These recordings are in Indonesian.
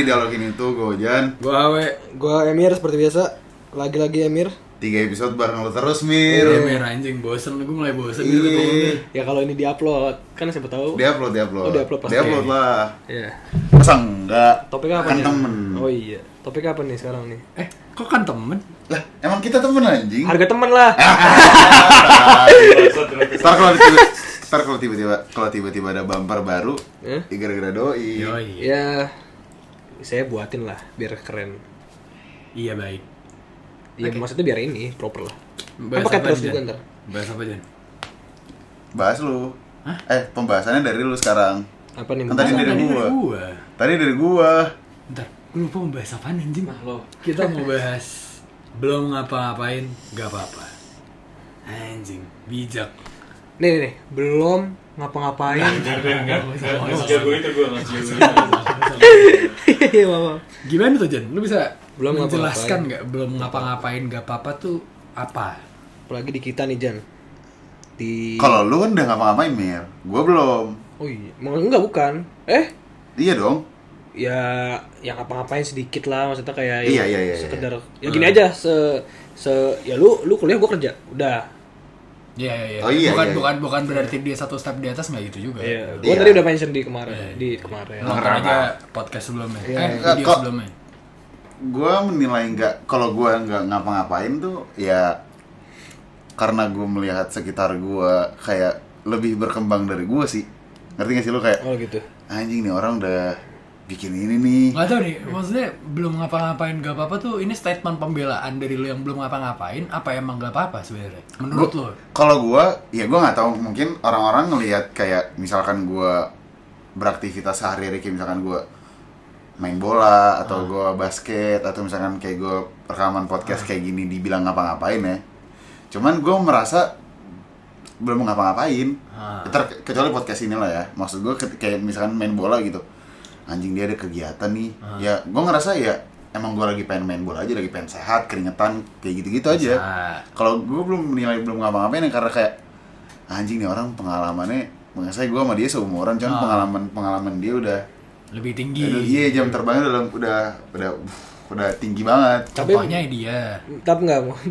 di dialog ini tuh gue Ojan. Gue Awe. Gue Emir seperti biasa. Lagi-lagi Emir. 3 episode bareng lo terus Mir. Iya Mir anjing bosen, gue mulai bosen gitu ketemu. Ya kalau ini diupload kan siapa tahu. Diupload. Oh, diupload pasti. Diupload lah. Iya. Masa enggak? Topik apa kan nih? temen. Oh iya. Topik apa nih sekarang nih? Kok kan temen? Lah, emang kita temen anjing. Harga teman lah. Ntar kalau tiba-tiba ada bumper baru, ya gara-gara doi. Yoi. Ya saya buatin lah biar keren. Iya baik. Iya maksudnya biar ini proper lah. Bahas Pakai apa terus Jan? juga ntar. Bahas apa Jan? Bahas lu. Hah? Pembahasannya dari lu sekarang. Apa nih? Kan tadi dari gua. Tadi dari gua. Ntar, gue lupa mau bahas apaan anjing. Nah, lo. Kita mau bahas belum ngapa-ngapain, gak apa-apa. Anjing, bijak. Nih, belum ngapa-ngapain. Iya, Mama. Gimana tuh Jan? Lu bisa Belum menjelaskan ngapa-ngapain. nggak belum ngapa-ngapain gak apa-apa tuh apa? Apalagi di kita nih, Jan. Kalau lu kan udah ngapa-ngapain Mir, gua belum. Oh iya, enggak bukan. Iya dong. Ya yang ngapa-ngapain sedikit lah, maksudnya kayak Iya. sekedar ya gini aja ya lu kuliah gua kerja udah. Iya. Oh, iya, Bukan berarti dia satu step di atas nggak gitu juga. Iya, Iya. gua tadi udah mention di kemarin. Nonton aja podcast sebelumnya. Iya. Video Kok- sebelumnya. Gua menilai kalau gua nggak ngapa-ngapain tuh ya karena gua melihat sekitar gua kayak lebih berkembang dari gua sih. Ngerti gak sih lu kayak Oh gitu. anjing nih orang udah bikin ini nih. Nggak tahu nih, maksudnya belum ngapa-ngapain gak apa-apa tuh ini statement pembelaan dari lu yang belum ngapa-ngapain apa emang gak apa-apa sebenarnya? Menurut lu? Kalau gua nggak tahu, mungkin orang-orang ngelihat kayak misalkan gua beraktivitas sehari-hari kayak misalkan gua main bola atau gua basket atau misalkan kayak gua rekaman podcast kayak gini dibilang ngapa-ngapain ya. Cuman gua merasa belum ngapa-ngapain. Kecuali podcast inilah ya. Maksud gua kayak misalkan main bola gitu. Anjing dia ada kegiatan nih. Ya gua ngerasa ya emang gua lagi pengen main bola aja, lagi pengen sehat, keringetan, kayak gitu-gitu aja. Kalau gue belum menilai belum ngapa-ngapain ya karena kayak anjing nih orang pengalamannya, saya gue sama dia seumuran, cuman pengalaman dia udah Lebih tinggi. iya jam terbangnya udah tinggi banget. Contohnya dia. Tapi enggak mau.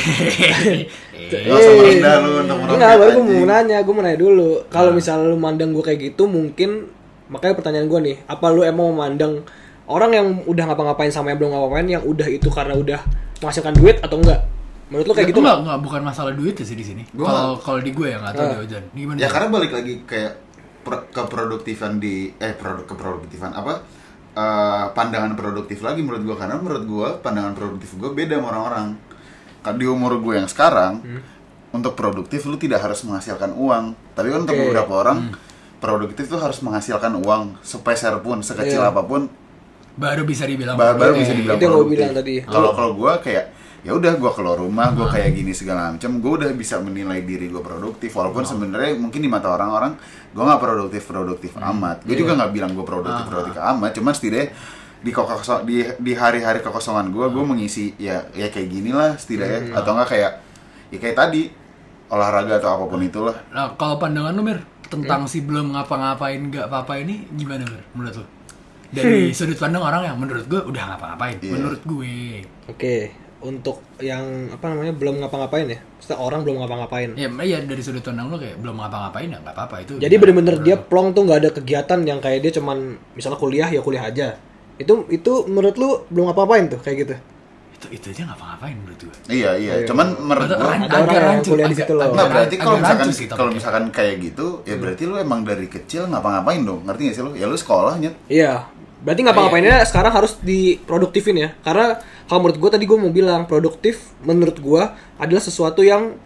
Gak usah merendah lu untuk merendah. Enggak, baru gue mau nanya dulu. Kalau misalnya lu mandang gue kayak gitu, mungkin makanya pertanyaan gue nih, apa lu emang memandang orang yang udah ngapa-ngapain sama yang belum ngapa-ngapain yang udah itu karena udah menghasilkan duit atau enggak? Menurut lu kayak gitu enggak, bukan masalah duit sih di sini. Kalau di gue ya enggak tahu di Ojan. Gimana? Ya karena balik lagi kayak keproduktifan keproduktifan apa? Pandangan produktif lagi menurut gue, karena menurut gue pandangan produktif gue beda sama orang-orang. Kan di umur gue yang sekarang untuk produktif lu tidak harus menghasilkan uang, tapi kan untuk beberapa orang produktif tuh harus menghasilkan uang sepeser pun, sekecil apapun baru bisa dibilang baru bisa dibilang itu yang gue produktif. bilang tadi. Kalau gue kayak ya udah gue keluar rumah gue kayak gini segala macam, gue udah bisa menilai diri gue produktif walaupun sebenarnya mungkin di mata orang-orang gue nggak produktif amat. Gue juga nggak bilang gue produktif amat, cuman setidaknya di hari-hari kekosongan gue mengisi ya kayak gini lah setidaknya, atau enggak kayak ya kayak tadi olahraga atau apapun itulah. Nah, kalau pandangan lu Mir tentang si belum ngapa-ngapain gak apa-apa ini gimana Mir menurut lu? Dari sudut pandang orang yang menurut gue udah ngapa-ngapain. Menurut gue. Oke, untuk yang apa namanya belum ngapa-ngapain ya, maksudnya orang belum ngapa-ngapain. Ya dari sudut pandang lu kayak belum ngapa-ngapain ya nggak apa-apa itu. Jadi bener-bener dia plong tuh nggak ada kegiatan yang kayak dia cuman misalnya kuliah ya kuliah aja. Itu menurut lu belum ngapa-ngapain tuh kayak gitu? Itu aja ngapa-ngapain menurut gue. Iya. Cuman menurut gue ada orang yang kuliah di situ loh. nggak, berarti kalau gitu. misalkan kayak gitu ya berarti lu emang dari kecil ngapa-ngapain dong, ngerti nggak sih lu? Ya lu sekolahnya. Iya. Berarti ngapa-ngapainnya sekarang harus diproduktifin ya. Karena kalau menurut gue tadi gue mau bilang produktif menurut gue adalah sesuatu yang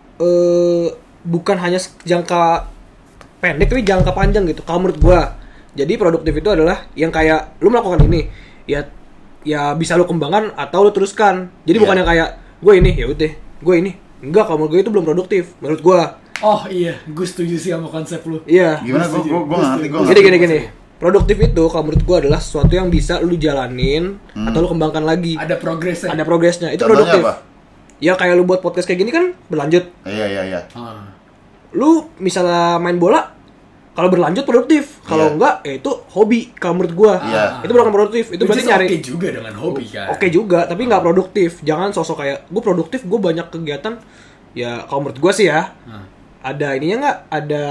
bukan hanya jangka pendek tapi jangka panjang gitu. Kalau menurut gue. Jadi produktif itu adalah yang kayak lu melakukan ini ya bisa lu kembangkan atau lu teruskan. Jadi bukan yang kayak gue ini ya udah, gue ini. Enggak, kalau menurut gue itu belum produktif menurut gue. Oh iya, gue setuju sih sama konsep lu. Iya. Gimana gue ngerti. Gini. Produktif itu kalau menurut gue adalah sesuatu yang bisa lu jalanin atau lu kembangkan lagi. Ada progresnya. Itu Contohnya produktif. apa? Ya kayak lu buat podcast kayak gini kan berlanjut. Iya. Lu misalnya main bola, Kalau berlanjut produktif, kalau enggak ya itu hobi kalau menurut gua. Itu bukan produktif, itu berarti nyari. Oke juga dengan hobi kan. Oke juga, tapi nggak produktif. Jangan sosok kayak gue produktif, gue banyak kegiatan. Ya kalau menurut gua sih ya, ada ininya nggak?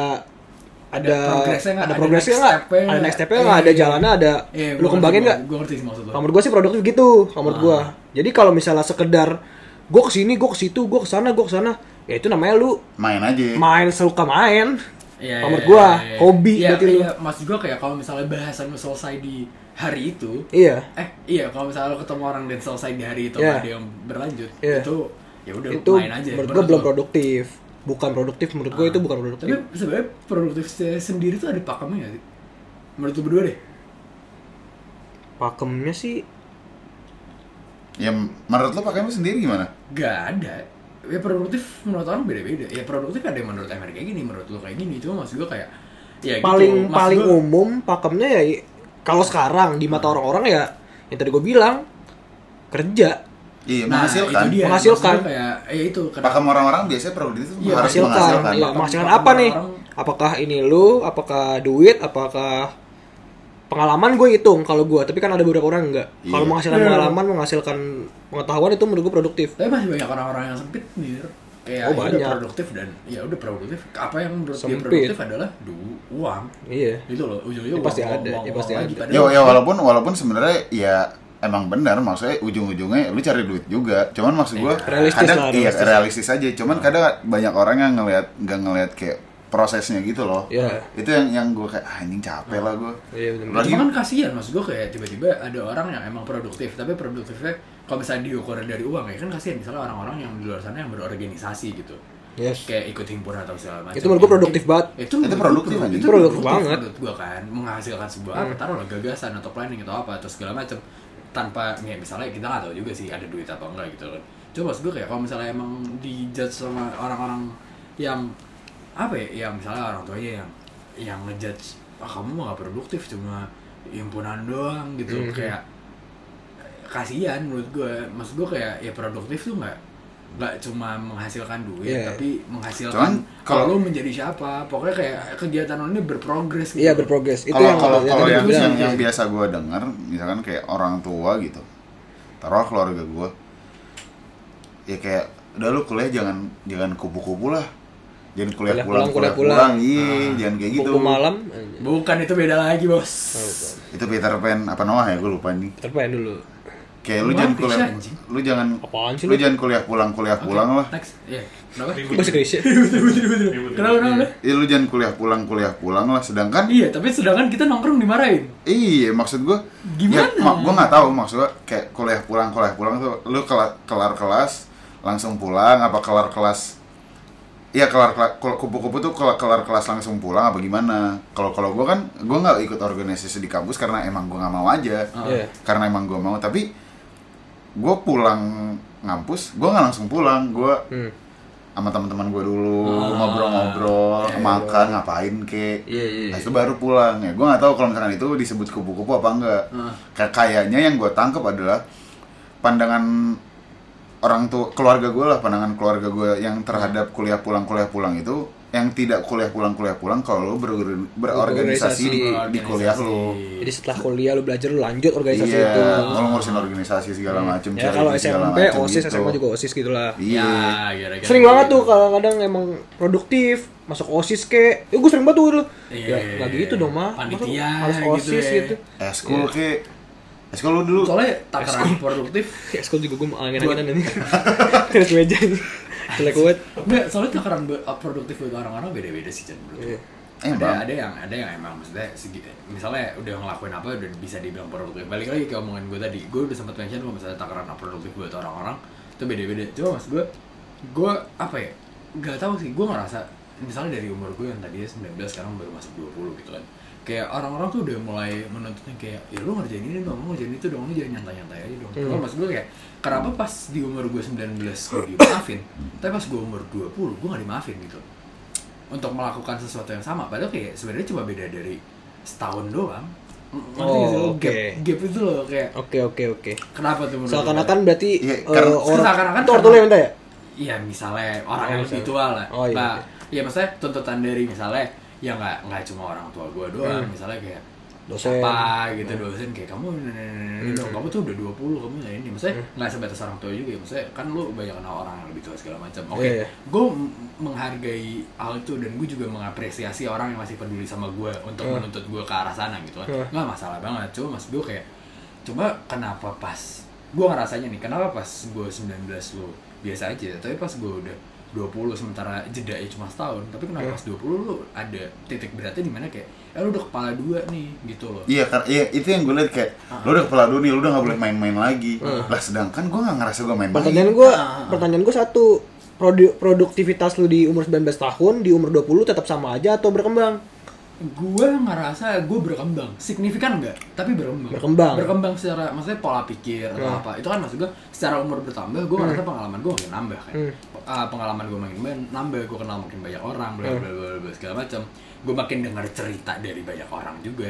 Ada progresnya nggak? Ada next stepnya nggak? Ada jalannya, ada lu kembangin nggak? Gue ngerti maksud lo. Kalau menurut gue sih produktif gitu, kalau menurut gue. Jadi kalau misalnya sekedar gue kesini, gue kesitu, gue kesana, ya itu namanya lu main aja. Main suka main. Iya, Kalau menurut gue hobi berarti lu. Iya, maksud gue kayak kalau misalnya bahasan lu selesai di hari itu. Iya. Iya, kalau misalnya lu ketemu orang dan selesai di hari itu ada yang berlanjut, itu ya udah itu main aja. Menurut gue belum produktif. Bukan produktif menurut gue itu bukan produktif. Tapi sebenarnya produktif sendiri tuh ada pakemnya nggak sih? Menurut lu berdua deh. Pakemnya sih Ya menurut lo pakainya sendiri gimana? Gak ada. Ya produktif menurut orang beda-beda. Ya produktif ada yang menurut Emer kayak gini, menurut lu kayak gini. Cuma maksud gue kayak ya paling gitu. paling umum pakemnya ya kalau sekarang di mata orang-orang ya yang tadi gue bilang kerja. Iya, menghasilkan. Itu dia. Menghasilkan. Maksud gue kayak itu Pakem orang-orang biasanya produktif itu Iya, harus Menghasilkan. menghasilkan. Iya, menghasilkan apa nih? Apakah ini lu, apakah duit, apakah pengalaman gue hitung kalau gue, tapi kan ada beberapa orang enggak. Iya. Kalau menghasilkan pengalaman, menghasilkan pengetahuan itu menurut gue produktif. Tapi masih banyak orang-orang yang sempit nih. Kayak Oh, udah banyak. produktif dan ya udah produktif. Apa yang menurut dia Sempit. produktif adalah uang. Iya. Itu loh, ujung-ujungnya Ya, pasti uang, ada, uang, ya, uang pasti lagi. ada. Padahal Ya walaupun sebenarnya ya emang benar, maksudnya ujung-ujungnya lu cari duit juga. Cuman maksud gua Realistis kadang lah, iya realistis. realistis aja. Cuman kadang banyak orang yang nggak ngelihat kayak prosesnya gitu loh. Iya. Itu yang gua kayak anjing capek lah gua. Iya, benar. Lagi cuma kan kasihan, maksud gue kayak tiba-tiba ada orang yang emang produktif, tapi produktifnya kalau misalnya diukur dari uang ya kan kasihan. Misalnya orang-orang yang di luar sana yang berorganisasi gitu, Yes. kayak ikut himpunan atau segala macam. Itu menurut gue produktif banget. Itu produktif, anjing. Itu produktif banget. menurut gue kan menghasilkan sebuah apa, taruhlah gagasan atau planning atau apa atau segala macam tanpa ya misalnya kita nggak tahu juga sih ada duit apa enggak gitu kan. Coba maksud gue kayak kalau misalnya emang dijudge sama orang-orang yang apa ya, yang misalnya orang tuanya yang ngejudge kamu mah gak produktif cuma himpunan doang gitu, kayak kasihan menurut gue. Maksud gue kayak ya produktif tuh nggak cuma menghasilkan duit, tapi menghasilkan kalau lo menjadi siapa. Pokoknya kayak kegiatan lo ini berprogres gitu. Iya, berprogres. Itu kalau yang yang biasa gua dengar, misalkan kayak orang tua gitu, taruh keluarga gua, ya kayak udah lu kuliah jangan kupu-kupu lah. Jangan kuliah pulang, iya, jangan kayak gitu. Buku malam. Bukan, itu beda lagi bos. Itu Peter Pan apa Noah ya, gue lupa nih. Terpain dulu. Kayak lu jangan kuliah, lu jangan, Apaan sih lu jangan kuliah pulang lah. Next, iya. Kenapa? Bahasa Indonesia. Kenapa? Iya, lu jangan kuliah pulang lah. Sedangkan Iya, tapi sedangkan kita nongkrong dimarahin. iya, maksud gua Gimana? Ya, gua nggak tahu maksudnya kayak kuliah pulang tuh lu kelar kelas langsung pulang apa kelar kelas. Iya, kelar kupu-kupu tuh kelar kelas langsung pulang apa gimana? Kalau gua kan gua nggak ikut organisasi di kampus karena emang gua nggak mau aja. Karena emang gua mau, tapi gua pulang ngampus, gua nggak langsung pulang, gua sama teman-teman gue dulu ngobrol-ngobrol, makan ngapain kek, nah itu baru pulang ya. Gue nggak tahu kalau misalkan itu disebut kupu-kupu apa enggak. Kayaknya yang gue tangkap adalah pandangan orang tua, keluarga gue lah, pandangan keluarga gue yang terhadap kuliah pulang itu, yang tidak kuliah pulang kalau lo berorganisasi di kuliah lo. Jadi setelah kuliah lu belajar, lu lanjut organisasi Iya, itu. lo ngurusin organisasi segala macem. Ya kalau SMP, OSIS, SMA juga OSIS gitu lah. Iya. Gara-gara Sering banget gitu. tuh kadang-kadang emang produktif, masuk OSIS kek. Ya gue sering banget tuh dulu. Iya, Ya enggak gitu dong, mah. panitia Harus gitu OSIS ya. gitu. Eskul kek. Eskul lu dulu. Soalnya takaran produktif. Ya sekolah juga gue angin-anginan ini. Terus meja. Jelek banget. Enggak, soalnya takaran produktif buat orang-orang beda-beda sih, Chan, menurut gue. ada yang emang maksudnya misalnya udah ngelakuin apa udah bisa dibilang produktif. Balik lagi ke omongan gue tadi, gue udah sempat mention kalau misalnya takaran produktif buat orang-orang itu beda-beda. Cuma mas gue apa ya, nggak tahu sih, gue ngerasa misalnya dari umur gue yang tadinya 19 sekarang baru masuk 20 gitu kan, kayak orang-orang tuh udah mulai menuntutnya kayak ya lu ngerjain ini dong, lu ngerjain itu dong, lu jangan nyantai-nyantai aja dong. Cuma mas gue kayak kenapa pas di umur gue 19 gue dimaafin, tapi pas gue umur 20 gue nggak dimaafin gitu untuk melakukan sesuatu yang sama, padahal kayak sebenarnya cuma beda dari setahun doang. Gap itu loh kayak. Oke. Kenapa tuh menurut? Seakan-akan berarti seakan-akan itu ortu yang minta ya? Iya, misalnya orang yang lebih tua lah. Oh, iya. Nah, ya maksudnya tuntutan dari misalnya ya nggak cuma orang tua gue doang, misalnya kayak dosen apa gitu, dosen kayak kamu kamu tuh udah 20, kamu ini maksudnya nggak sebatas orang tua juga ya, maksudnya kan lu banyak kenal orang yang lebih tua segala macam. Gue menghargai hal itu dan gue juga mengapresiasi orang yang masih peduli sama gue untuk menuntut gue ke arah sana gitu kan, nggak masalah banget. Cuma mas gue kayak coba kenapa pas gue ngerasanya nih, kenapa pas gue 19 lu biasa aja, tapi pas gue udah 20 sementara jedanya cuma setahun, tapi kenapa pas 20 lu ada titik beratnya di mana kayak lu udah kepala 2 nih gitu loh. Iya kan, iya itu yang gue liat kayak lu udah kepala 2 nih, lu udah gak boleh main-main lagi. Lah sedangkan gue gak ngerasa gue main pertanyaan gue satu, produktivitas lu di umur 19 tahun, di umur 20 tetap sama aja atau berkembang? Gue ngerasa gue berkembang, signifikan enggak, tapi berkembang secara maksudnya pola pikir atau apa, itu kan maksud gue secara umur bertambah, gue ngerasa pengalaman gue makin nambah kan, pengalaman gue makin nambah, gue kenal makin banyak orang, bla bla bla segala macam, gue makin dengar cerita dari banyak orang juga,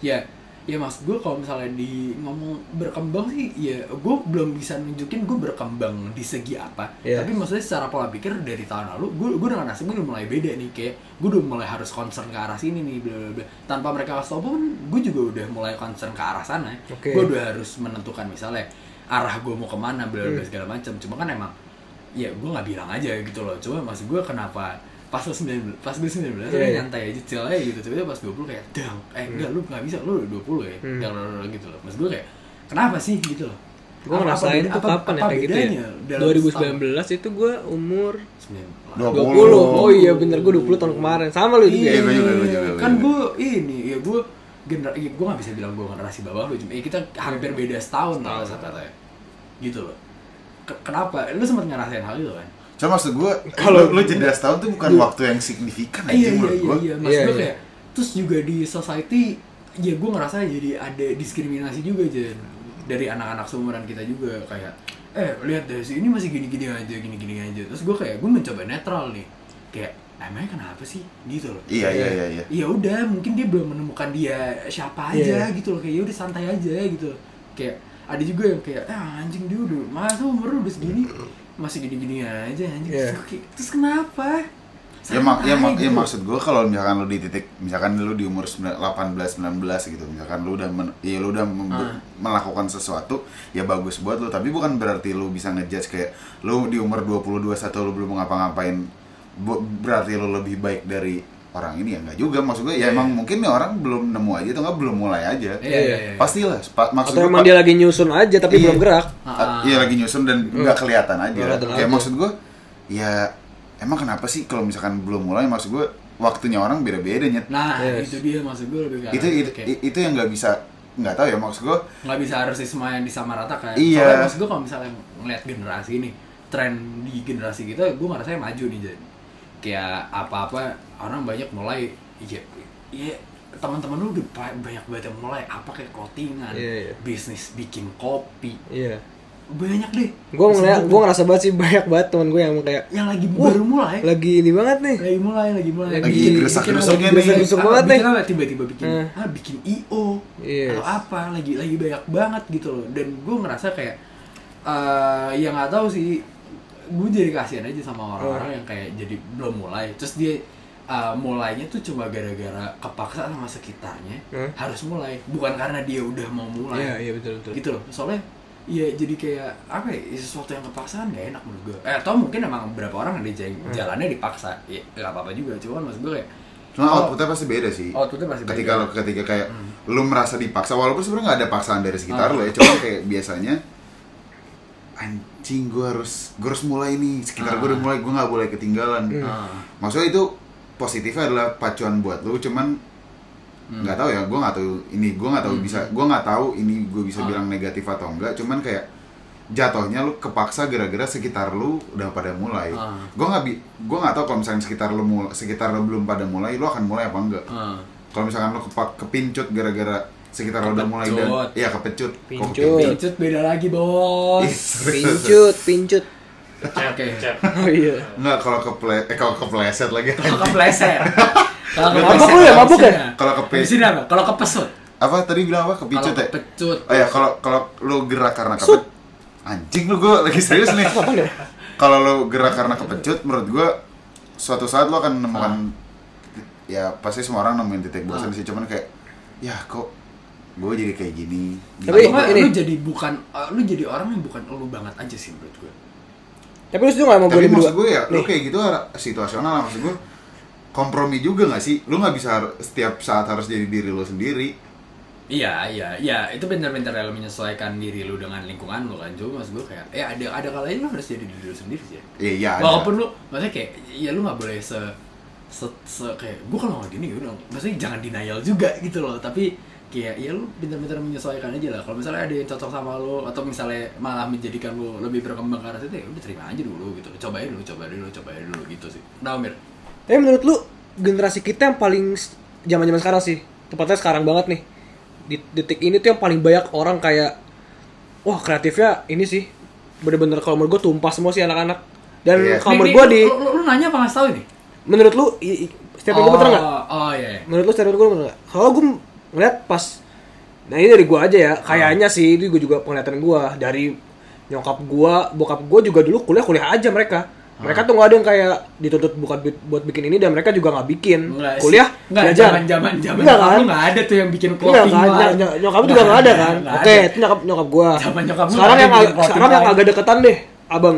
ya maksud gue kalau misalnya di ngomong berkembang sih, ya gue belum bisa nunjukin gue berkembang di segi apa, tapi maksudnya secara pola pikir dari tahun lalu, gue udah ngerasa gue udah mulai beda nih, kayak gue udah mulai harus concern ke arah sini nih, bla bla bla. Tanpa mereka kasih tau pun, gue juga udah mulai concern ke arah sana. Gue udah harus menentukan misalnya arah gue mau kemana, bla bla segala macam. Cuma kan emang, ya gue nggak bilang aja gitu loh. Cuma maksud gue kenapa pas gue 19 nyantai aja, chill aja gitu, tiba-tiba pas 20 kayak dang, enggak, lu nggak bisa, lu udah 20 ya, jangan gitu loh. Maksud gue kayak kenapa sih gitu loh. Gue ngerasain tuh kapan ya kayak gitu ya, 2019 itu gue umur 20. Oh iya bener, gue 20 tahun kemarin, sama lu juga. Kan gue ini, ya gue gue nggak bisa bilang gue generasi bawah lu, cuma kita hampir beda setahun lah katanya gitu loh. Kenapa? Lu sempat ngerasain hal itu kan? Cuma maksud gue, kalau lu jeda setahun tuh bukan waktu yang signifikan aja menurut gue. Iya, maksud gue kayak, terus juga di society, ya gue ngerasa jadi ada diskriminasi juga Jen, dari anak-anak seumuran kita juga, kayak, lihat deh si ini masih gini-gini aja, terus gue kayak, gue mencoba netral nih, kayak, emangnya kenapa sih, gitu loh. Iya. Ya udah, mungkin dia belum menemukan dia siapa aja gitu loh, kayak ya udah santai aja gitu, kayak ada juga yang kayak, anjing dia udah, masa umur lu udah segini, masih gini-gini aja anjing. Terus kenapa? Ya maksud gue kalau misalkan lu di titik, misalkan lu di umur 18, 19 gitu, misalkan lu udah melakukan sesuatu, ya bagus buat lu, tapi bukan berarti lu bisa ngejudge kayak lu di umur 20, 21 lu belum ngapa-ngapain, berarti lu lebih baik dari orang ini, ya enggak juga. Maksud gue ya emang mungkin nih orang belum nemu aja atau enggak belum mulai aja. Pastilah. Maksud atau emang dia lagi nyusun aja tapi belum gerak. Iya lagi nyusun dan enggak kelihatan aja. Kayak maksud gue ya emang kenapa sih kalau misalkan belum mulai, maksud gue waktunya orang beda-beda nyet. Nah, itu dia maksud gue lebih itu yang enggak bisa, enggak tahu ya, maksud gue enggak bisa harus semua yang disamaratakan. Iya. Soalnya maksud gue kalau misalnya ngeliat generasi ini, tren di generasi kita, gue ngerasa maju nih Jan. Kayak apa-apa orang banyak mulai, ya teman-teman lu udah banyak banget yang mulai apa kayak clothingan, bisnis bikin kopi, banyak deh. Gue ngerasa banget sih, banyak banget teman gue yang kayak yang lagi baru mulai, lagi ini banget nih, lagi geresak-geresaknya nih, banget nih, tiba-tiba bikin IO atau apa, lagi banyak banget gitu loh. Dan gue ngerasa kayak yang nggak tahu sih, gue jadi kasihan aja sama orang-orang yang kayak jadi belum mulai, terus dia mulainya tuh cuma gara-gara kepaksa sama sekitarnya harus mulai, bukan karena dia udah mau mulai. Iya betul gitu loh. Soalnya ya jadi kayak apa ya, sesuatu yang kepaksaan gak enak menurut gue. Atau mungkin emang beberapa orang ada jalannya dipaksa, ya gak apa-apa juga. Cuman maksud gue kayak outputnya pasti beda sih. Ketika kayak lu merasa dipaksa, walaupun sebenarnya nggak ada paksaan dari sekitar lo ya, cuma kayak biasanya anjing gue harus mulai nih, sekitar gue udah mulai, gue nggak boleh ketinggalan. Maksudnya itu positifnya adalah pacuan buat lu, cuman nggak tahu ya, gue nggak tahu ini gue bisa bilang negatif atau enggak, cuman kayak jatuhnya lu kepaksa gara-gara sekitar lu udah pada mulai. Gue nggak tahu kalau misalnya sekitar lu belum pada mulai, lu akan mulai apa enggak. Kalau misalkan lu kepincut gara-gara sekitar lu udah mulai dan ya kepecut beda lagi bos. pincut Oke. Oh iya. Enggak, kalau kepleset lagi. Mabuk ya? Kalau kepesut. Kalau kepesut. Apa tadi bilang apa? Kepicut ya? Kepecut. Oh ya, kalau lu gerak karena kepecut. Anjing lu, gue lagi serius nih. Kalau lu gerak karena kepecut, menurut gue suatu saat lu akan menemukan ya pasti semua orang nemuin titik bosan sih, cuman kayak ya kok gue jadi kayak gini. Tapi lu jadi orang yang bukan lu banget aja sih menurut gue. Tapi lu setuju nggak mau gue Tapi berdua? maksud gue ya, lu kayak gitu situasional, maksud gue kompromi juga nggak sih? Lu nggak bisa setiap saat harus jadi diri lu sendiri. Iya, itu benar-benar lu menyesuaikan diri lu dengan lingkungan lu kan. Cuma maksud gue kayak, ada kalanya lu harus jadi diri lu sendiri sih. Iya. Walaupun lu, maksudnya kayak, ya lu nggak boleh kayak gue kalau nggak gini udah, maksudnya jangan denial juga gitu loh. Tapi kayak, ya lu benar-benar menyesuaikan aja lah. Kalau misalnya ada yang cocok sama lu, atau misalnya malah menjadikan lu lebih berkembang ke arah situ, ya udah terima aja dulu gitu. Cobain dulu gitu sih. Nah, Mir. Tapi menurut lu generasi kita yang paling zaman-zaman sekarang sih, tepatnya sekarang banget nih, di detik ini tuh yang paling banyak orang kayak wah kreatifnya ini sih bener-bener kalau menurut gue tumpah semua sih anak-anak. Dan kalau menurut gue lu nanya apa nggak tahu ini? Menurut lu statement gue bener nggak? Oh iya. Menurut lu statement gue bener nggak? Kalau gue ngeliat pas, nah ini dari gue aja ya, kayaknya sih itu gue juga penglihatan gue dari nyokap gue, bokap gue juga dulu kuliah aja mereka. Mereka tuh nggak ada yang kayak dituntut buat bikin ini, dan mereka juga nggak bikin kuliah belajar. Zaman nggak ada tuh yang bikin clothing lah. Nyokap juga nggak ada kan? Oke, itu nyokap gua. Sekarang yang agak deketan deh, abang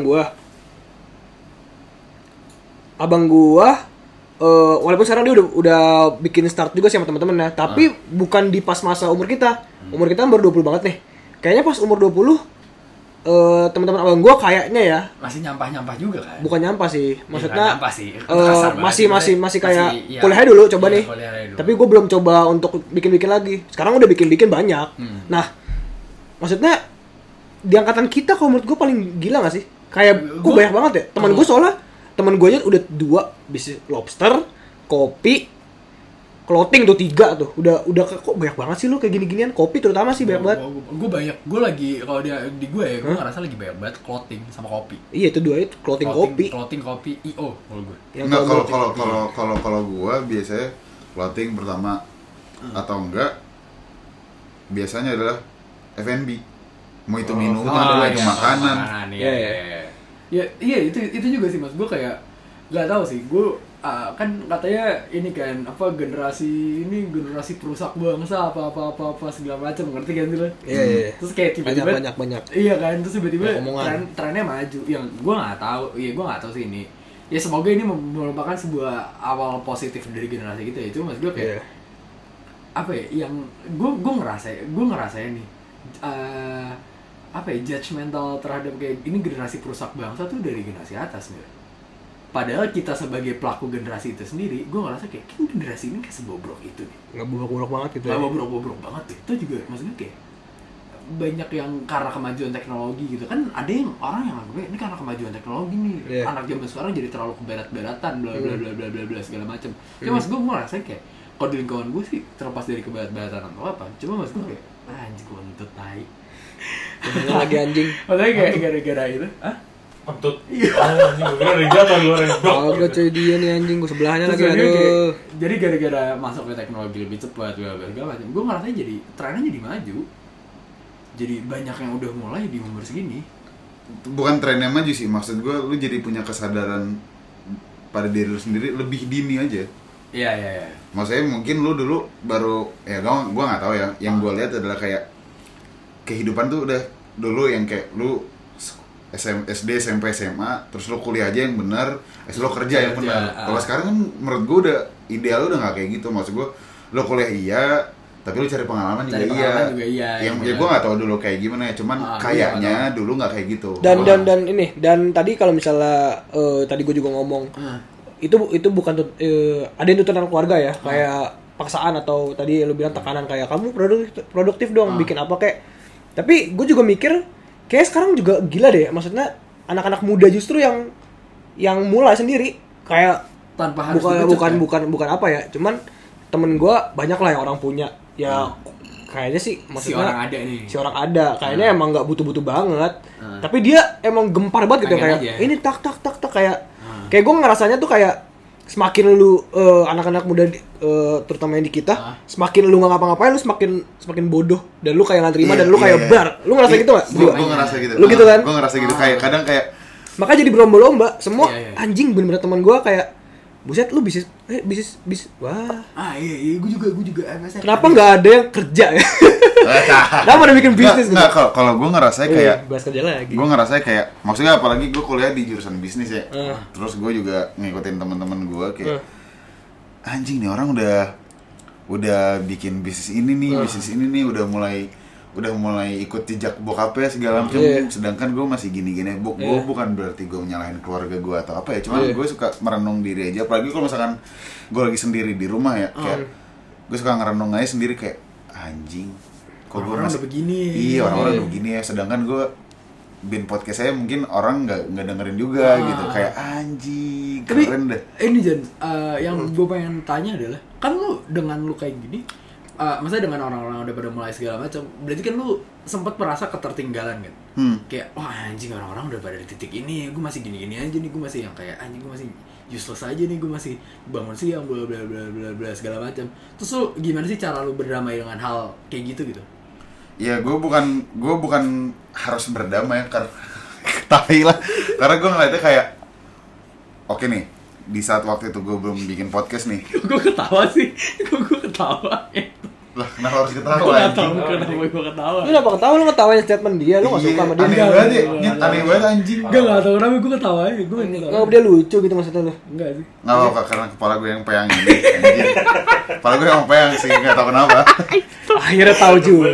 gua. Walaupun sekarang dia udah bikin start juga sih sama teman-teman ya, tapi bukan di pas masa umur kita. Umur kita baru 20 banget nih. Kayaknya pas umur 20 teman-teman abang gue kayaknya ya masih nyampah juga kan? Bukan nyampah sih, maksudnya masih kayak ya, kuliah dulu coba nih. Tapi gue belum coba untuk bikin lagi. Sekarang udah bikin banyak. Nah, maksudnya di angkatan kita kalau menurut gue paling gila nggak sih? Kayak gue banyak banget ya. Teman gue aja udah 2 bisnis lobster, kopi, clothing tuh 3 tuh. Udah kok banyak banget sih lu kayak gini-ginian. Kopi terutama sih banyak banget. Gue lagi kalau di gue ya, gue ngerasa lagi banyak banget clothing sama kopi. Iya itu 2 itu clothing kopi. Clothing kopi IO kalau gue. Kalau gue biasanya clothing pertama atau enggak biasanya adalah F&B. Mau itu minuman, itu makanan. Iya itu juga sih Mas. Gue kayak nggak tahu sih. Gue kan katanya ini kan generasi perusak bangsa apa segala macam, ngerti kan sih lo? Iya. Terus kayak tiba-tiba banyak. Iya kan, terus tiba-tiba trennya maju. Yang gue nggak tahu sih ini. Ya semoga ini merupakan sebuah awal positif dari generasi kita itu, Mas. Gue kayak apa ya? Yang gue ngerasain nih judgmental terhadap kayak ini generasi perusak bangsa tuh dari generasi atas nih. Padahal kita sebagai pelaku generasi itu sendiri, gue ngerasa kayak generasi ini kayak sebobrok itu nih. Nggak bobrok banget gitu ya? Nggak bobrok banget tuh. Itu juga maksudnya kayak banyak yang karena kemajuan teknologi gitu kan, ada yang orang yang anggap ini karena kemajuan teknologi nih, anak zaman sekarang jadi terlalu keberat-beratan bla bla segala macam. Cuma mas gue ngerasa kayak kalau di lingkungan gue sih terlepas dari keberat-beratan atau apa, cuma mas gue kayak anjing gue ngentut tai. Lagi anjing. Maksudnya kayak gara-gara itu, Kentut. Iya. Anjing gue dari jatuh luar. Agak cuy dia nih anjing gue sebelahnya lagi aduh. Jadi gara-gara masuk ke teknologi lebih cepat segala macam. Gue ngerasa jadi trennya jadi maju. Jadi banyak yang udah mulai di umur segini. Bukan trennya maju sih, maksud gue lu jadi punya kesadaran pada diri lu sendiri lebih dini aja. Iya. Maksudnya mungkin lu dulu baru ya gue nggak tahu ya. Yang gue lihat adalah kayak kehidupan tuh udah dulu yang kayak lu SD, SMP, SMA, terus lo kuliah aja yang benar, lo kerja yang benar. Kalau sekarang kan menurut gue udah ideal udah nggak kayak gitu, maksud gue lo kuliah iya, tapi lo cari pengalaman juga iya. Yang ya gue nggak tahu dulu kayak gimana ya, cuman kayaknya dulu nggak kayak gitu. Dan tadi kalau misalnya tadi gue juga ngomong itu bukan ada yang tuntutan keluarga ya, kayak paksaan atau tadi lo bilang tekanan kayak kamu produktif dong, bikin apa kayak. Tapi gue juga mikir kayak sekarang juga gila deh, maksudnya anak-anak muda justru yang mulai sendiri kayak tanpa harus bukan apa ya, cuman temen gue banyak lah yang orang punya ya kayaknya sih maksudnya si orang ada kayaknya emang nggak butuh banget, tapi dia emang gempar banget gitu kayak aja. Ini tak kayak gue ngerasanya tuh kayak semakin lu anak-anak muda terutama yang di kita semakin lu nggak ngapa-ngapain lu semakin bodoh dan lu kayak nggak terima dan lu kayak bar. Lu ngerasa gitu nggak? Gue ngerasa gitu. Lu gitu kan? Gue ngerasa gitu kayak kadang kayak makanya jadi berlomba-lomba semua anjing bener-bener teman gue kayak buset lu bisnis wah. Iya, gue juga MSN. Kenapa nggak ada yang kerja ya? Kenapa ada bikin bisnis? Nggak, kalau gue ngerasa kayak bahas kerja lagi. Gue ngerasa kayak, maksudnya apalagi gue kuliah di jurusan bisnis ya. Terus gue juga ngikutin teman-teman gue kayak anjing nih orang udah bikin bisnis ini nih, udah mulai ikut jejak bokapnya segala macam. Sedangkan gue masih gini-gini. Gue bukan berarti gue menyalahin keluarga gue atau apa ya. Cuman gue suka merenung diri aja. Apalagi kalau misalkan gue lagi sendiri di rumah ya, kayak gue suka ngerenung aja sendiri kayak anjing. Kok gue orang udah begini. Iya, orang udah begini ya. Sedangkan gue bikin podcast saya mungkin orang nggak dengerin juga gitu. Kayak anjing, keren deh. Ini Jan, yang gue pengen tanya adalah, kan lu dengan lu kayak gini, maksudnya dengan orang-orang udah pada mulai segala macam, berarti kan lu sempat merasa ketertinggalan kan? Kayak, wah anjing orang-orang udah pada di titik ini, gue masih gini-gini aja nih, gue masih yang kayak anjing, gue masih useless aja nih, gue masih bangun siang, bla bla bla bla bla segala macam. Terus lu gimana sih cara lu berdamai dengan hal kayak gitu? Ya gue bukan harus berdamai karena tahi lah. Karena gue ngeliatnya kayak oke nih, di saat waktu itu gue belum bikin podcast nih. Gue ketawa sih. Gue ketawa. Lah kenapa harus ketawa? Gue gak tau kenapa gue ketawa. Lu kenapa ketawa? Lu ngetawain statement dia, lu gak suka sama dia. Aneh banget ya, aneh banget anjing. Gak tau kenapa gue ketawa ya. Gue nggak dia lucu gitu maksudnya lu? Enggak sih. Nggak apa-apa, karena kepala gue yang peyang ini anjing. Kepala gue yang peyang sih, gak tau kenapa. Akhirnya tahu juga.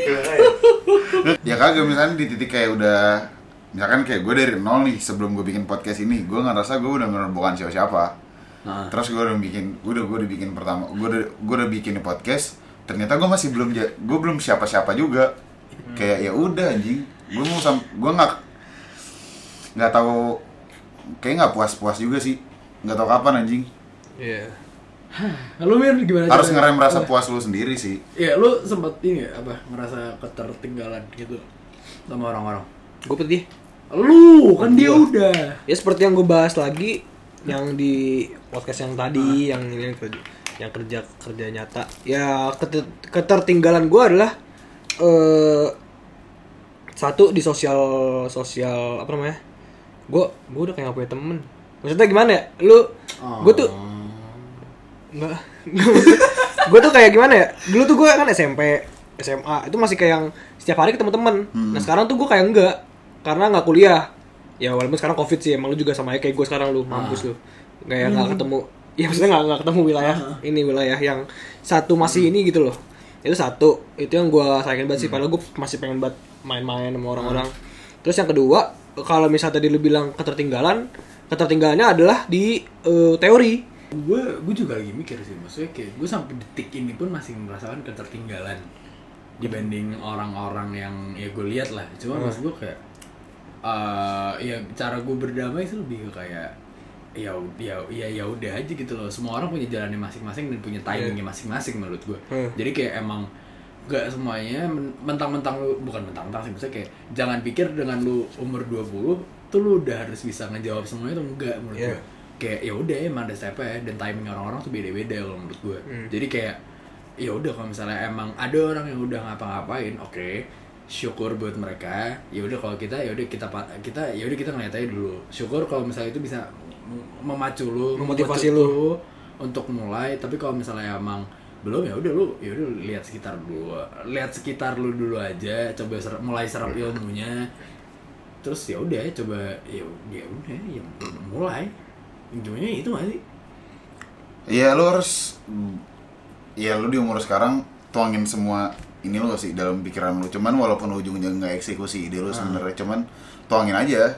Ya kagak, misalnya di titik kayak udah, misalkan kayak gue dari nol nih sebelum gue bikin podcast ini, gue ngerasa gue udah bener bukan siapa-siapa. Terus gue udah bikin pertama, gue udah bikin podcast, ternyata gue masih belum siapa-siapa juga. Kayak ya udah anjing, gue nggak tahu, kayak nggak puas juga sih, nggak tahu kapan anjing. Iya. Lu Mir gimana? Harus ngerem rasa puas lu sendiri sih. Iya, lu sempet ini ngerasa ketertinggalan gitu sama orang-orang? Gue pedih. Lu kan dia udah. Ya seperti yang gue bahas lagi yang di podcast yang tadi, yang kerja nyata. Ya ketertinggalan gue adalah satu di sosial apa namanya? Gue udah kayak gak punya temen. Maksudnya gimana ya? Gue tuh Enggak. Gue tuh kayak gimana ya? Dulu tuh gue kan SMP, SMA itu masih kayak yang setiap hari ketemu temen. Nah sekarang tuh gue kayak enggak, karena nggak kuliah. Ya walaupun sekarang COVID sih, emang lu juga sama kayak gue sekarang, lu mampus lu. Kayak nggak ketemu. Ya maksudnya nggak ketemu wilayah yang satu masih ini gitu loh. Itu satu. Itu yang gue sayangin banget sih. Padahal gue masih pengen banget main-main sama orang-orang. Terus yang kedua, kalau misalnya tadi lu bilang ketertinggalannya adalah di teori. Gue juga lagi mikir sih, maksudnya kayak gue sampai detik ini pun masih merasakan ketertinggalan dibanding orang-orang yang ya gue lihat lah. Cuma maksud gue kayak ya cara gue berdamai sih lebih ke kayak ya udah aja gitu loh. Semua orang punya jalannya masing-masing dan punya timingnya masing-masing menurut gue. Jadi kayak emang gak semuanya mentang-mentang lu, bukan mentang-mentang sih, maksudnya kayak jangan pikir dengan lu umur 20 tuh lu udah harus bisa ngejawab semuanya tuh, enggak menurut gue. Kayak ya udah emang ada stepnya dan timing orang-orang tuh beda-beda kalau menurut gue. Jadi kayak ya udah kalau misalnya emang ada orang yang udah ngapa-ngapain, oke, syukur buat mereka. Ya udah kalau kita ya udah kita ngeliat aja dulu. Syukur kalau misalnya itu bisa memacu lu, memotivasi lu untuk mulai. Tapi kalau misalnya emang belum, ya udah lu lihat sekitar lu dulu aja, coba mulai serap ilmunya. Terus ya udah coba ya udah ya mulai. Intinya itu gak sih? Iya, lu harus, ya lu di umur sekarang tuangin semua ini lu sih dalam pikiran lu. Cuman walaupun ujungnya nggak eksekusi ide lu sebenarnya, cuman tuangin aja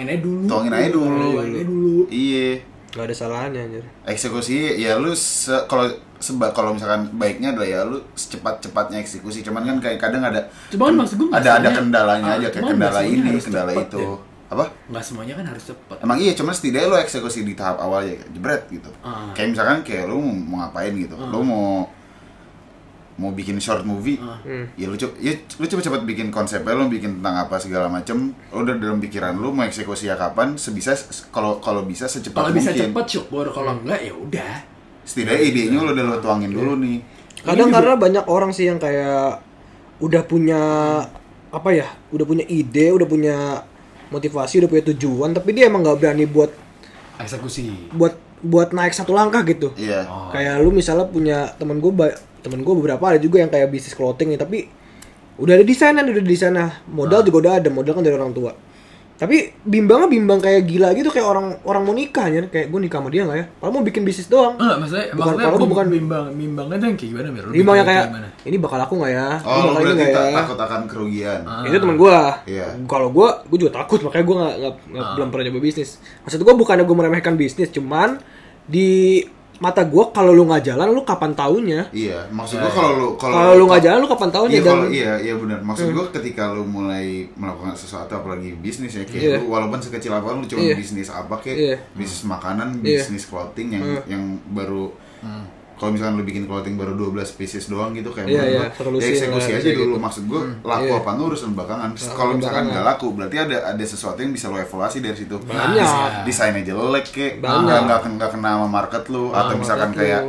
dulu. Iya, gak ada salahnya anjir. Eksekusi ya lu kalau misalkan baiknya adalah ya lu secepat-cepatnya eksekusi. Cuman kan kayak kadang ada ada kendalanya aja, kayak kendala ini, kendala itu. Ya? Apa? Nggak semuanya kan harus cepat. Emang iya, cuman setidaknya lo eksekusi di tahap awal ya, jebret gitu. Kayak misalkan kayak lo mau ngapain gitu, lo mau bikin short movie, ya lu cepet-cepet bikin konsepnya, lo bikin tentang apa segala macem, lo udah dalam pikiran lo mau eksekusi ya kapan, sebisa kalau bisa secepat mungkin. Kalau bisa cepet syukur, kalau enggak ya udah. Setidaknya idenya lo udah lo tuangin dulu nih. Kadang karena banyak orang sih yang kayak udah punya udah punya ide, udah punya motivasi, udah punya tujuan, tapi dia emang nggak berani buat eksekusi, buat buat naik satu langkah gitu. Iya. Kayak lu misalnya punya temen gue beberapa ada juga yang kayak bisnis clothing nih, tapi udah ada di sana, modal juga udah ada, modal kan dari orang tua. Tapi bimbang kayak gila gitu, kayak orang mau nikah ya, kayak gue nikah sama dia nggak ya? Kalau mau bikin bisnis doang. Maksudnya bukan bimbangnya tuh yang kayak gimana Mir? Bimbang yang kayak ini bakal laku nggak ya? Oh, lu berarti takut akan kerugian. Itu temen gue. Iya. Kalau gue juga takut, makanya gue nggak belum pernah coba bisnis. Maksud gue bukannya gue meremehkan bisnis, cuman di mata gue kalau lu nggak jalan lu kapan taunya? Iya, maksud gue kalau lu nggak jalan lu kapan taunya? Iya benar. Maksud gue ketika lu mulai melakukan sesuatu apalagi bisnis ya, kayak lu walaupun sekecil apapun lu cuma bisnis apa kayak bisnis makanan, bisnis clothing yang baru kalau misalkan lu bikin clothing baru 12 pieces doang gitu kayak ya eksekusi aja dulu. Maksud gue laku apa enggak urusan belakangan. Kalau misalkan nggak laku berarti ada sesuatu yang bisa lo evaluasi dari situ. Desainnya jelek kayak nggak kena sama market lu atau misalkan kayak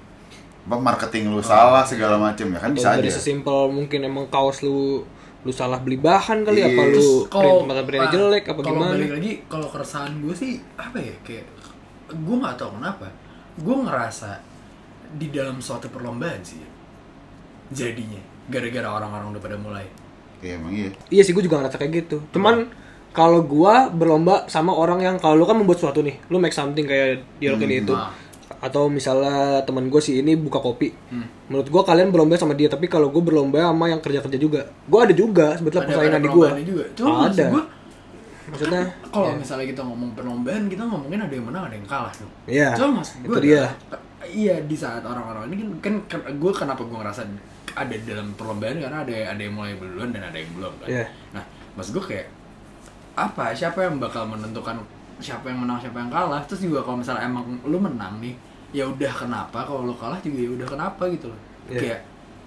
marketing lu salah segala macam ya kan bisa aja. Dari sesimpel mungkin emang kaos lu salah beli bahan kali, apa lu print jelek apa gimana. Kalau balik lagi, kalau keresahan gue sih apa ya, kayak gue nggak tahu kenapa gue ngerasa di dalam suatu perlombaan sih jadinya gara-gara orang-orang udah pada mulai. Iya emang iya. Iya sih, gue juga ngerasa kayak gitu. Cuman kalau gue berlomba sama orang yang kalau lu kan membuat sesuatu nih, lu make something kayak dialogin itu. Atau misalnya teman gue sih ini buka kopi. Menurut gue kalian berlomba sama dia, tapi kalau gue berlomba sama yang kerja juga. Gue ada juga sebetulnya persaingan di gue. Cuma ada. Maksudnya kalau misalnya kita ngomong perlombaan, kita ngomongin ada yang menang ada yang kalah tuh. Iya. Cuma maksud gue iya, di saat orang-orang ini kan gue kenapa gue ngerasa ada dalam perlombaan karena ada yang mulai duluan dan ada yang belum kan. Yeah. Nah, maksud gue kayak apa? Siapa yang bakal menentukan siapa yang menang siapa yang kalah? Terus juga kalau misalnya emang lu menang nih, ya udah kenapa? Kalau lu kalah juga ya udah kenapa gitu loh. Yeah. Kayak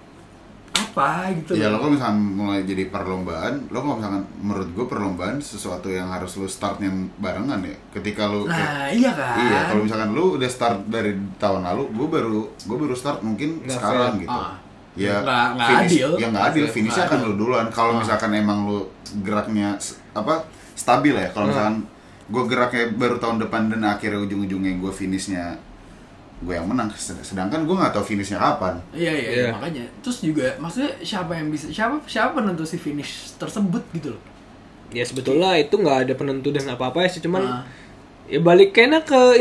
apa gitu. Ya lo kalau misalkan mulai jadi perlombaan, lo kalau misalkan menurut gue perlombaan sesuatu yang harus lo startnya barengan ya. Ketika lo iya kan. Iya, kalau misalkan lo udah start dari tahun lalu, gue baru start mungkin sekarang gitu. Ya nggak adil. Ya nggak adil, finishnya kan lo duluan. Kalau misalkan emang lo geraknya stabil ya. Kalau misalkan gue geraknya baru tahun depan dan akhirnya ujung-ujungnya gue finishnya gue yang menang, sedangkan gue nggak tahu finishnya kapan. Iya makanya. Terus juga maksudnya siapa yang bisa siapa penentu si finish tersebut gitu loh. Ya sebetulnya itu nggak ada penentu dan apa-apa ya sih, cuman ya balik kayaknya ke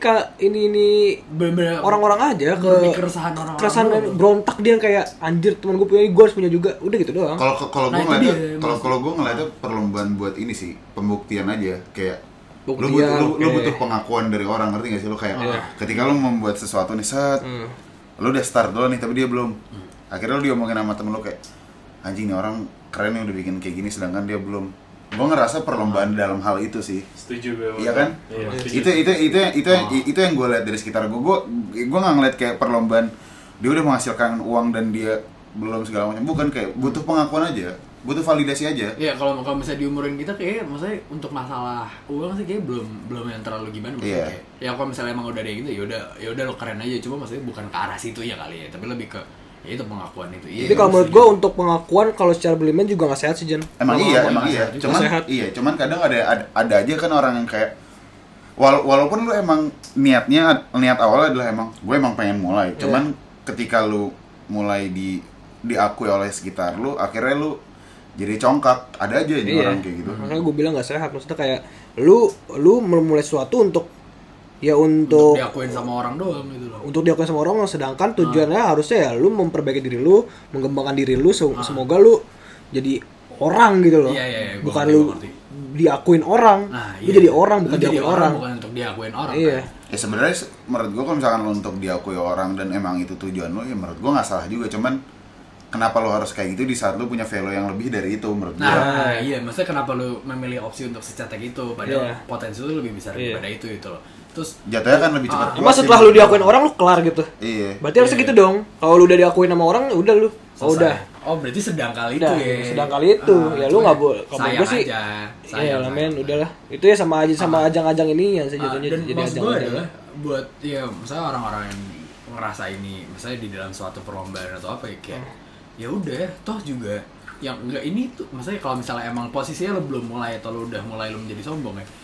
ini orang-orang aja ke keresahan berontak dia kayak anjir teman gue punya ini, gue harus punya juga, udah gitu doang. Kalau gue ngeliatnya perlombaan buat ini sih pembuktian aja, kayak lu butuh pengakuan dari orang, ngerti gak sih? Lu kayak ketika lu membuat sesuatu nih lu udah start dulu nih tapi dia belum, akhirnya lu diomongin sama temen lu kayak anjing nih orang keren nih udah bikin kayak gini sedangkan dia belum. Gue ngerasa perlombaan dalam hal itu sih. Setuju gue. Iya kan? Itu yang gue lihat dari sekitar gue nggak ngeliat kayak perlombaan dia udah menghasilkan uang dan dia belum segala macam, bukan, kayak butuh pengakuan aja, butuh validasi aja. Iya, kalau misalnya diumurin kita kayak maksudnya untuk masalah uang sih kayak belum yang terlalu gimana maksudnya. Ya kalau misalnya emang udah ada gitu ya udah lo keren aja, cuma maksudnya bukan ke arah situ ya kali ya, tapi lebih ke ya itu pengakuan itu. Jadi kalau menurut gue untuk pengakuan kalau secara berlebihan juga nggak sehat sih Jan. Emang iya. Cuman kadang ada aja kan orang yang kayak walaupun lu emang niat awalnya adalah gue emang pengen mulai, cuman ketika lu mulai diakui oleh sekitar lu, akhirnya lu jadi congkak. Ada aja ini orang kayak gitu. Makanya gue bilang nggak sehat, maksudnya kayak lu memulai sesuatu untuk diakuin sama orang doang gitu loh. Untuk diakuin sama orang, sedangkan tujuannya harusnya ya lu memperbaiki diri lu, mengembangkan diri lu, semoga lu jadi orang gitu loh. Iya, bukan lu diakuin orang. Lu jadi orang, bukan diakuin orang. Bukan untuk diakuin orang. Iya. Ya sebenarnya menurut gue kalau misalkan lo untuk diakui orang dan emang itu tujuan lo, ya menurut gue nggak salah juga, cuman kenapa lo harus kayak gitu di saat lo punya value yang lebih dari itu menurut gue. Iya, maksudnya kenapa lo memilih opsi untuk secetek itu padahal potensi lo lebih besar daripada itu loh. Terus jatuhnya kan lebih cepat. Cuma setelah lu diakuin orang lu kelar gitu. Iya. Berarti harusnya gitu dong. Kalau lu udah diakuin sama orang, udah lu. Udah. Oh, berarti sedang kali itu ya. Sedang kali itu. Ya lu enggak boleh. Kalau gue sih iya lah men, udahlah. Itu ya sama ajang-ajang ini yang sejujurnya jadi ajang-ajang. Buat ya misalnya orang-orang yang ngerasa ini misalnya di dalam suatu perlombaan atau apa ya kayak ya udah toh juga yang enggak ini tuh maksudnya kalau misalnya emang posisinya lo belum mulai atau lo udah mulai lo menjadi sombong ya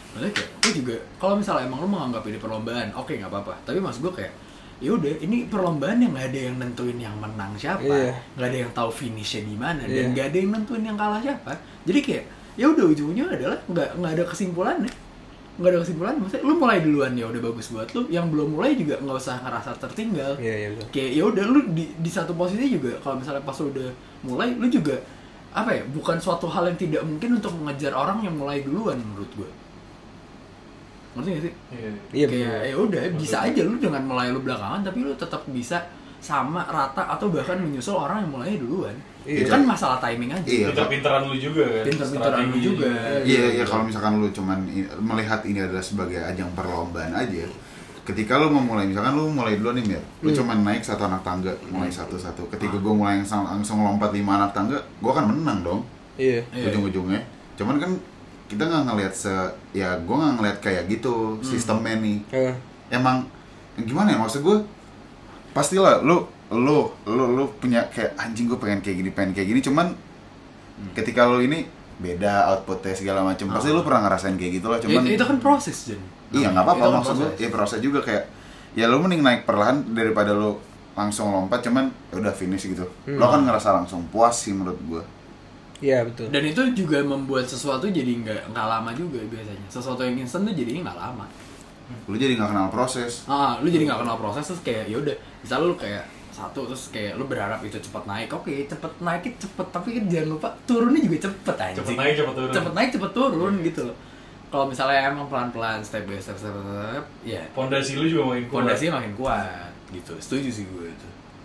Maksudnya kayak gue juga kalau misalnya emang lu menganggap ini perlombaan, oke nggak apa-apa. Tapi maksud gue kayak ya udah ini perlombaan yang nggak ada yang nentuin yang menang siapa, nggak ada yang tahu finishnya di mana, dan nggak ada yang nentuin yang kalah siapa. Jadi kayak ya udah ujungnya adalah nggak ada kesimpulannya. Nggak ada kesimpulan, maksudnya lu mulai duluan ya udah bagus buat lu, yang belum mulai juga nggak usah ngerasa tertinggal. Betul. Kayak ya udah lu di satu posisi juga kalau misalnya pas lu udah mulai lu juga apa ya, bukan suatu hal yang tidak mungkin untuk mengejar orang yang mulai duluan menurut gue. Ngerti gak sih? Iya. Kayak ya udah bisa aja lu dengan mulai lu belakangan tapi lu tetap bisa sama rata atau bahkan menyusul orang yang mulai duluan. Itu kan masalah timing aja. Pinter-pinteran lu juga kan. Pinter-pinteran lu juga. Iya, kalau misalkan lu cuman melihat ini adalah sebagai ajang perlombaan aja. Ketika lu memulai, misalkan lu mulai dulu nih Mir, lu cuman naik 1 anak tangga, mulai satu-satu. Ketika gue mulai langsung lompat 5 anak tangga, gue kan menang dong. Iya. Ujung-ujungnya. Cuman kan kita nggak ngelihat gue nggak ngelihat kayak gitu sistemnya nih. Emang gimana ya, maksud gue pastilah lu punya kayak anjing gue pengen kayak gini cuman ketika lu ini beda outputnya segala macam pasti lu pernah ngerasain kayak gitu lah, cuman itu kan proses Jen. Iya nggak apa-apa, maksud gue ya proses juga, kayak ya lu mending naik perlahan daripada lu langsung lompat cuman ya udah finish gitu. Lo kan ngerasa langsung puas sih menurut gue. Iya betul. Dan itu juga membuat sesuatu jadi nggak lama juga biasanya. Sesuatu yang instan tuh jadinya nggak lama. Lu jadi nggak kenal proses. Lu jadi nggak kenal proses, terus kayak ya udah, misal lu kayak satu terus kayak lu berharap itu cepat naik, oke cepet naiknya cepet, tapi kan jangan lupa turunnya juga cepet aja. Cepet naik cepet turun gitu loh. Kalau misalnya emang pelan-pelan step by step ya fondasi lu juga makin kuat. Fondasinya makin kuat gitu. Setuju sih gue itu.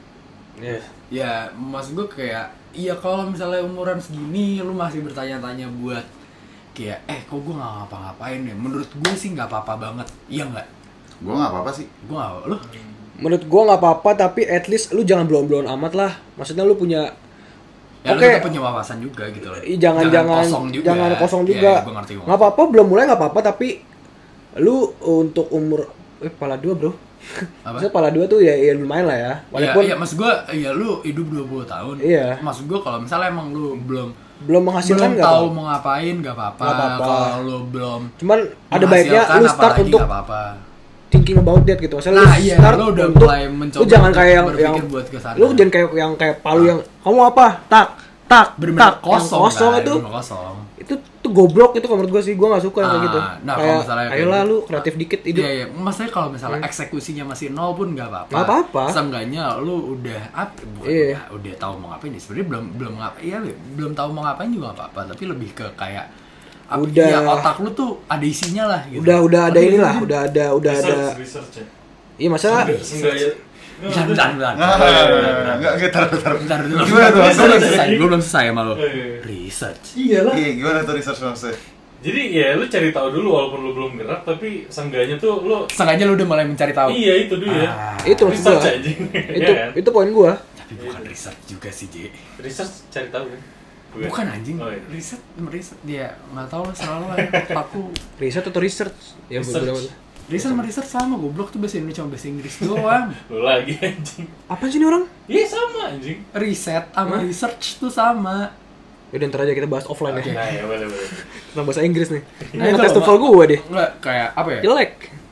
Ya maksud gue kayak iya kalau misalnya umuran segini lu masih bertanya-tanya buat kayak kok gue nggak ngapa-ngapain ya, menurut gue sih nggak apa-apa banget, iya nggak? Gue nggak apa-apa sih. Gue nggak, lu? Menurut gue nggak apa-apa, tapi at least lu jangan belum amat lah. Maksudnya lu punya lu tetap punya wawasan juga gitu loh. Jangan kosong juga. Yeah, nggak apa-apa, belum mulai nggak apa-apa, tapi lu untuk umur pala 2 bro. Maksudnya pala 2 tuh ya lumayan lah ya. Walaupun iya maksud gue ya lu hidup 20 tahun. Iya. Maksud gue kalau misalnya emang lu belum menghasilkan, belum tahu mau ngapain nggak apa-apa. Kalau lu belum cuman ada baiknya lu start untuk thinking about that gitu. Maksudnya lu start lu udah untuk mulai mencoba, lu jangan kayak yang buat kesana. Lu jangan kayak palu yang kamu apa tak kosong itu itu goblok itu menurut gue sih. Gue nggak suka kayak gitu. Nah, kayak ayolah lu kreatif dikit hidup. Iya. Maksudnya kalau misalnya eksekusinya masih 0 pun nggak apa-apa. Nggak apa-apa. Seenggaknya lu udah udah tahu mau ngapain nih. Sebenarnya belum tahu mau ngapain juga nggak apa-apa. Tapi lebih ke kayak otak lu tuh ada isinya lah. Gitu. Udah ada inilah. Udah ada. Research ya. Iya masalah. Bentar. Enggak, tar. Gimana tuh? Gue belum selesai sama lo. Research. Iyalah. Iya, gimana tuh research maksudnya? Jadi ya lu cari tahu dulu walaupun lu belum gerak, tapi seenggaknya tuh lu udah mulai mencari tahu. Iya, itu dia. Itu maksud gua. Itu poin gua. Tapi bukan research juga sih, J. Research cari tahu kan? Bukan anjing. Riset dia enggak tahu lah, selalu aku. Riset atau research? Ya beberapa. Riset sama research sama, goblok tuh bahasa Indonesia sama bahasa Inggris doang. Lu lagi anjing. Apa sih ini orang? Iya sama anjing. Riset sama research tuh sama. Yaudah ntar aja kita bahas offline ya. Nah ya boleh. Tentang bahasa Inggris nih. Nah, tes TOEFL gue deh. Enggak, kayak apa ya? Jelek.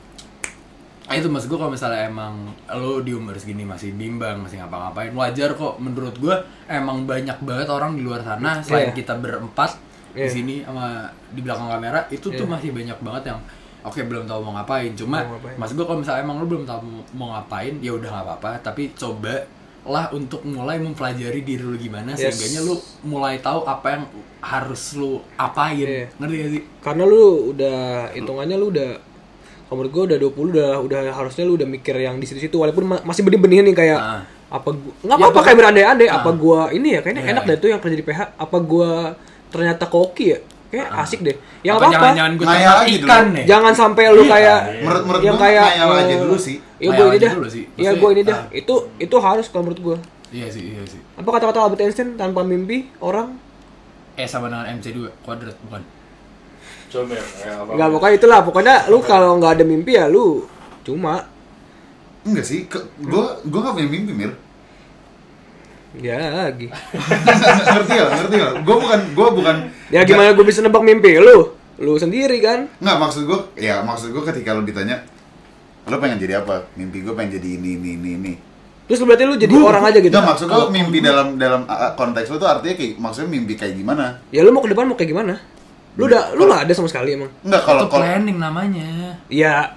Itu maksud gue kalau misalnya emang lo di umur segini masih bimbang, masih ngapa-ngapain, wajar kok menurut gue. Emang banyak banget orang di luar sana selain kita berempat di sini sama di belakang kamera itu tuh masih banyak banget yang belum tahu mau ngapain. Cuma maksud gue kalau misalnya emang lo belum tahu mau ngapain, ya udah nggak apa-apa. Tapi coba lah untuk mulai mempelajari diri lu gimana sehingganya lu mulai tahu apa yang harus lu apain. Ngerti gak sih? Karena lu udah hitungannya lu udah menurut gue udah 20 udah harusnya lu udah mikir yang di situ-situ walaupun masih benih-benih nih kayak apa gua enggak apa-apa kayak berandai-andai apa gua ini ya kayaknya enak deh tuh yang kerja di PH, apa gua ternyata koki ya. Kayak asik deh. Yang apa? Jangan gue ikan deh. Jangan sampai lu kayak menurut yang kayak ngayal aja dulu sih. Iya gue ini dah. Iya gue ini dah. Itu harus kalau menurut gue. Iya sih. Apa kata-kata Albert Einstein, tanpa mimpi orang sama dengan MC2 kuadrat bukan? Coba enggak pokoknya itulah. Pokoknya lu kalau enggak ada mimpi ya lu cuma enggak sih. Gua enggak punya mimpi, Mir. Ya lagi. ngerti gak? Gue bukan. Ya gimana gue bisa nebak mimpi lu? lu sendiri kan. Nggak, maksud gue ketika lu ditanya lu pengen jadi apa? Mimpi gue pengen jadi ini. Terus berarti lu jadi orang aja gitu? Nggak, maksud gue mimpi dalam konteks lu tuh artinya kayak, maksudnya mimpi kayak gimana? Ya lu mau ke depan mau kayak gimana? Lu nggak ada sama sekali emang? Enggak, kalau planning namanya. Ya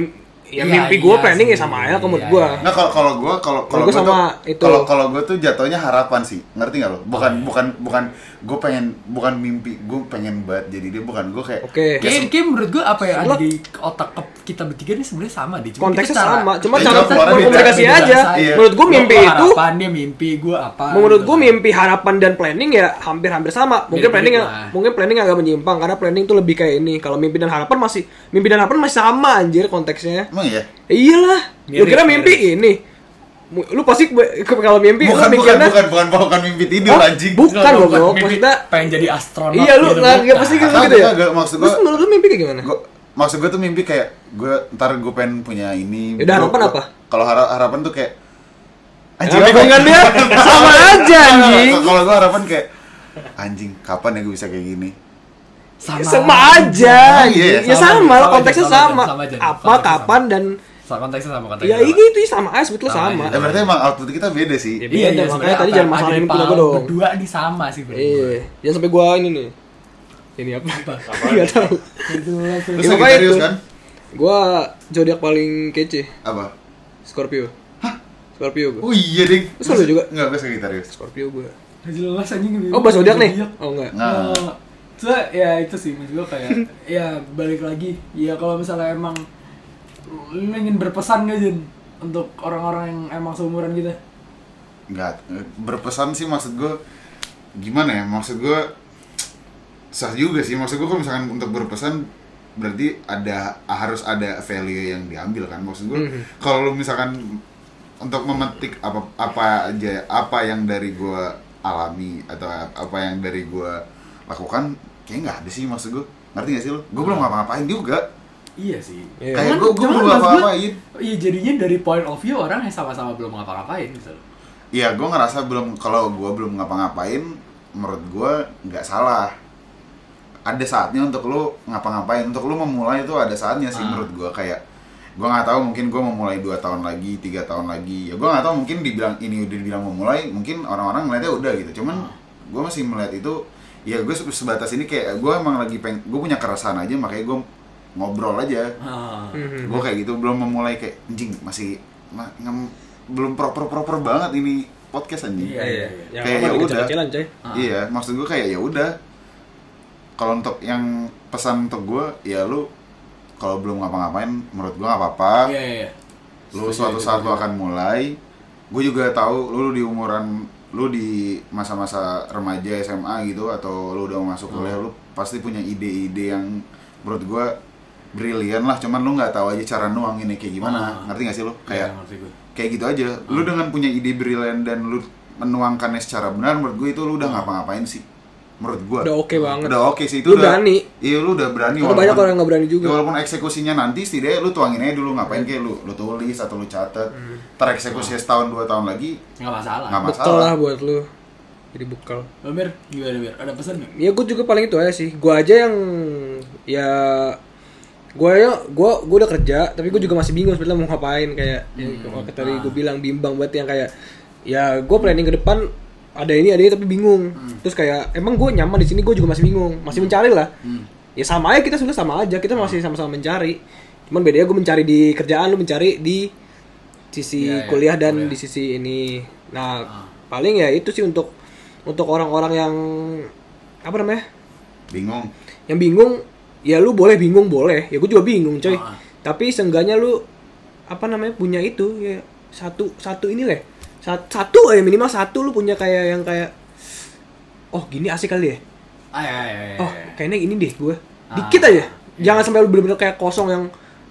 mimpi gue planning ya sama aja menurut gue. Nggak, kalau gue sama tuh, itu. kalau gue tuh jatuhnya harapan sih, ngerti nggak lo? Bukan gue pengen, bukan mimpi gue pengen banget jadi dia, bukan gue kayak. Oke. Kayak menurut gue apa yang ada di otak kita bertiga ini sebenarnya sama deh. Konteksnya sama, cuma Iya, cara komunikasi aja. Iya. Menurut gue mimpi itu. Harapan dia mimpi, gue apa? Menurut gue mimpi, harapan dan planning ya hampir sama. Mungkin Mirip-mirip planning agak menyimpang karena planning tuh lebih kayak ini. Kalau mimpi dan harapan masih sama anjir konteksnya. Emang iya? Iyalah. Lu kira mimpi ini. Lu pasti kalau mimpi bukan mimpi tidur anjing. Bukan goblok. Maksudnya pengen jadi astronot. Iya lu enggak pasti gitu ya. Maksud gue. Terus menurut lu mimpi kayak gimana? Maksud gue tuh mimpi kayak ntar gue pengen punya ini. Udah harapan apa? Kalau harapan tuh kayak anjing bingungan dia sama aja anjing. Kalau gue harapan kayak anjing kapan ya gue bisa kayak gini. Sama aja. Ya sama, konteksnya sama. Apa, kapan dan konteksnya sama ya itu sama aja sebetulnya sama. Ya berarti emang output kita beda sih. Iya, makanya tadi jangan masalahin punya gue dong. Berdua nih sama sih bro. Iya, jangan sampai gua ini nih. Ini apa? Enggak tahu. Lu Sagittarius kan? Gua zodiak paling kece. Apa? Scorpio. Hah? Scorpio gua. Oh iya, Ding. Lu juga? Enggak, gue Sagittarius. Scorpio gua. Jelas anjing. Oh, bahas zodiak nih? Oh, enggak. Nah. Soalnya ya itu sih maksud gue kayak ya balik lagi. Ya kalau misalnya emang lu ingin berpesan gak Jen untuk orang-orang yang emang seumuran kita? Enggak, berpesan sih maksud gue gimana ya? Maksud gue sah juga sih. Maksud gue kalau misalkan untuk berpesan berarti harus ada value yang diambil kan. Maksud gue kalau lu misalkan untuk memetik apa yang dari gue alami atau apa yang dari gue lakukan, kayak nggak ada sih. Maksud gue, ngerti nggak sih lu? Gue belum ngapa-ngapain juga. Iya sih. Kayak gue belum ngapa-ngapain. Iya, jadinya dari point of view orang yang sama-sama belum ngapa-ngapain gitu. Iya, gue ngerasa kalau gue belum ngapa-ngapain, menurut gue nggak salah. Ada saatnya untuk lu ngapa-ngapain, untuk lu memulai itu ada saatnya sih menurut gue. Kayak gue nggak tahu, mungkin gue memulai 2 tahun lagi, 3 tahun lagi. Ya gue nggak tahu, mungkin udah dibilang memulai, mungkin orang-orang ngeliatnya udah gitu. Cuman gue masih melihat itu, ya gue sebatas ini kayak gue emang lagi gue punya keresahan aja, makanya gue ngobrol aja. Gue kayak gitu, belum memulai kayak anjing, masih belum proper banget ini podcast anjing. Iya. Kayak ya udah. Iya, maksud gue kayak ya udah. Kalau untuk yang pesan untuk gue, ya lu kalau belum ngapa-ngapain, menurut gue nggak apa-apa. Iya. Lu suatu saat lu akan mulai. Gue juga tahu lu di umuran lu di masa-masa remaja SMA gitu, atau lu udah masuk kuliah, lu pasti punya ide-ide yang menurut gue brilian lah, cuman lu nggak tahu aja cara nuanginnya kayak gimana. Ngerti nggak sih lu? Kayak gitu aja. Lu dengan punya ide brilian dan lu menuangkannya secara benar, menurut gue itu lu udah ngapa-ngapain sih. Menurut gue udah oke banget. Udah oke sih, itu lu udah berani. Iya, lu udah berani. Ada banyak orang yang nggak berani juga. Ya, walaupun eksekusinya nanti setidaknya lu tuangin aja dulu, ngapain kayak lu tulis atau lu catat. Tereksekusi setahun 2 tahun lagi nggak masalah. Bekal lah buat lu. Jadi bekal. Mir, gimana Mir? Ada pesan nggak? Ya gue juga paling itu aja sih. Gue aja yang ya gue udah kerja, tapi gue juga masih bingung sebenarnya mau ngapain. Kayak tadi gue bilang bimbang banget, yang kayak ya gue planning ke depan ada ini tapi bingung. Terus kayak emang gue nyaman di sini, gue juga masih bingung, masih mencari lah. Ya sama aja, kita sudah sama aja, kita masih sama-sama mencari. Cuman bedanya gue mencari di kerjaan, lu mencari di sisi kuliah dan di sisi ini. Nah paling ya itu sih untuk orang-orang yang apa namanya bingung. Yang bingung, ya lu boleh bingung, boleh. Ya gue juga bingung coy. Tapi seenggaknya lu apa namanya punya itu ya satu ini lah. Satu aja minimal satu lu punya kayak yang kayak oh gini asik kali ya. Oh kayaknya ini deh gue. Dikit aja. Jangan sampai lu bener-bener kayak kosong yang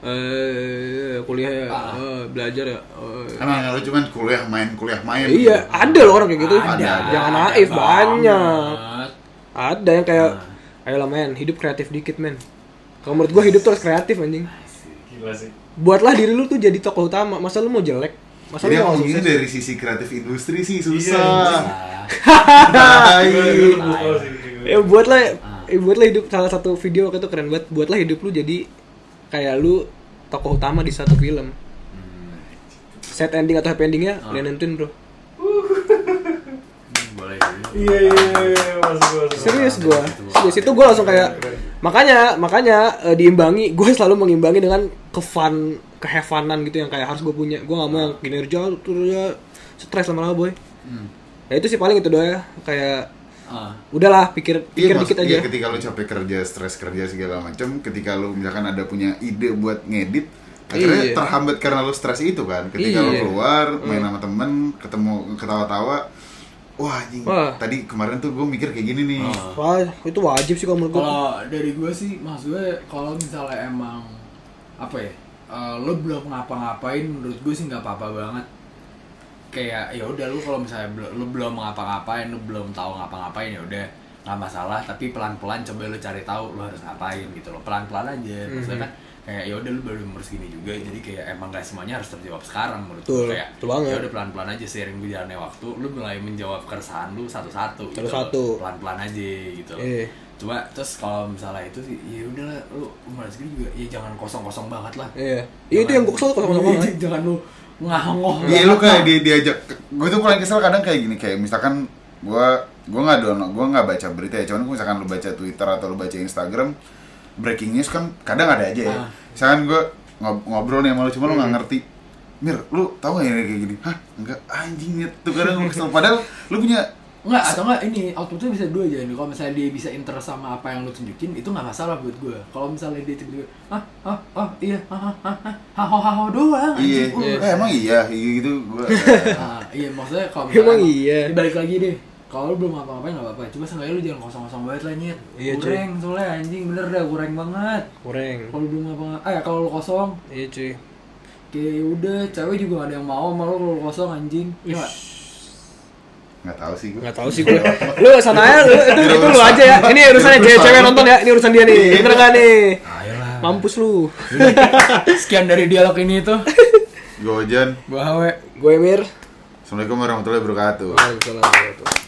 kuliah ya, belajar ya. Emang lu cuman kuliah main. Iya, ada loh orang kayak gitu. Jangan naif, banyak. Ada yang kayak ayolah men, hidup kreatif dikit men. Kalau menurut gua hidup terus kreatif anjing. Gila sih. Buatlah diri lu tuh jadi tokoh utama. Masa lu mau jelek? Masa jadi lu mau ini sukses? dari sisi kreatif industri sih susah. Ya buatlah buatlah hidup salah satu video waktu itu keren banget. Buatlah hidup lu jadi kayak lu tokoh utama di satu film. Sad ending atau happy endingnya kalian nentuin bro. Boleh. Iya, masuk. Serius itu gue langsung kayak makanya diimbangi, gue selalu mengimbangi dengan kehefanan gitu yang kayak harus gue punya. Gue nggak mau yang kinerja terus ya stres lama-lama boy. Ya itu sih paling itu doang ya, kayak udahlah pikir dikit aja. Iya, ketika lu capek kerja, stres kerja segala macam, ketika lu misalkan ada punya ide buat ngedit, akhirnya terhambat karena lu stres itu kan. Ketika lu keluar main sama temen, ketemu ketawa-tawa, wah anjing, tadi kemarin tuh gue mikir kayak gini nih. Wah, itu wajib sih kalau menurut gue. Kalau dari gue sih, maksud gue kalau misalnya emang apa ya, lo belum ngapa-ngapain, menurut gue sih nggak apa-apa banget. Kayak ya udah, lu kalau misalnya lu belum ngapa-ngapain, lu belum tahu ngapa-ngapain, ya udah nggak masalah. Tapi pelan-pelan coba lu cari tahu lu harus ngapain gitu loh, pelan-pelan aja. Maksudnya kan kayak ya udah lu baru umur segini juga, jadi kayak emang nggak semuanya harus terjawab sekarang menurut gue. Kayak ya udah pelan-pelan aja, seiring berjalannya waktu lu mulai menjawab keresahan lu satu-satu gitu loh. Pelan-pelan aja gitu loh. Coba terus kalau misalnya itu sih ya udah lu umur segini juga ya jangan kosong-kosong banget lah. Iya itu yang gue kesel, kosong-kosong banget. Jangan lu ngahong. Iya lu kayak diajak, gue tuh paling kesel kadang kayak gini, kayak misalkan gue nggak baca berita ya, cuman misalkan lu baca Twitter atau lu baca Instagram, breaking news kan kadang ada aja ya. Misalkan gue ngobrol nih sama lu, cuma lu nggak ngerti, Mir, lu tahu nggak ini kayak gini? Hah, enggak, anjing ya tuh kadang gue kesel. Padahal lu punya atau enggak ini outputnya bisa dua aja nih. Kalau misalnya dia bisa interest sama apa yang lu tunjukin, itu nggak masalah buat gue. Kalau misalnya dia tiba-tiba iya hahaha doang. Iya, emang iya gitu gue. Iya maksudnya kalau misalnya emang iya. Dibalik lagi deh. Kalau lu belum ngapa-ngapain nggak apa-apa. Cuma seenggaknya lu jangan kosong-kosong banget lah nyet. Kurang soalnya anjing, bener dah kurang banget. Kalau belum ngapa-ngapain, kalau lu kosong. Iya cuy. Kayak udah, cewek juga gak ada yang mau sama lu kalau kosong anjing. Iya. Nggak tahu sih gue. Lu sana aja, itu lu aja ya. Ini urusannya cewek nonton ya. Ini urusan dia nih. Bener gak nih? Ayolah. Mampus lu. Sekian dari dialog ini tuh. Gue Ojan. Gue Hawe. Gue Emir. Assalamualaikum warahmatullahi wabarakatuh. Waalaikumsalam warahmatullahi wabarakatuh.